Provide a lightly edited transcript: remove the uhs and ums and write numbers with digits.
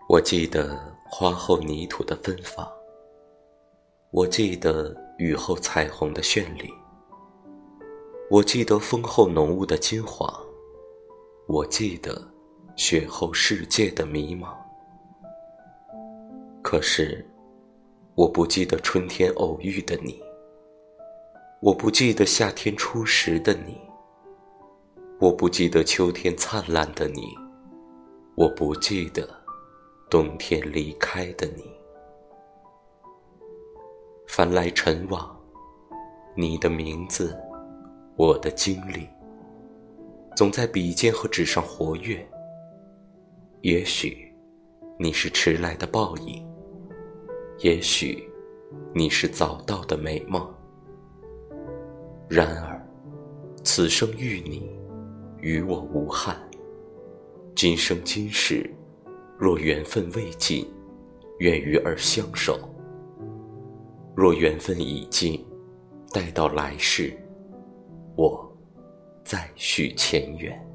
我记得花后泥土的芬芳，我记得雨后彩虹的绚丽，我记得风后浓雾的金黄，我记得雪后世界的迷茫。可是我不记得春天偶遇的你，我不记得夏天初识的你，我不记得秋天灿烂的你，我不记得冬天离开的你。翻来尘往，你的名字，我的经历，总在笔尖和纸上活跃。也许你是迟来的报应，也许你是早到的美梦。然而此生遇你，与我无憾。今生今世，若缘分未尽，愿与尔相守。若缘分已尽，待到来世，我再续前缘。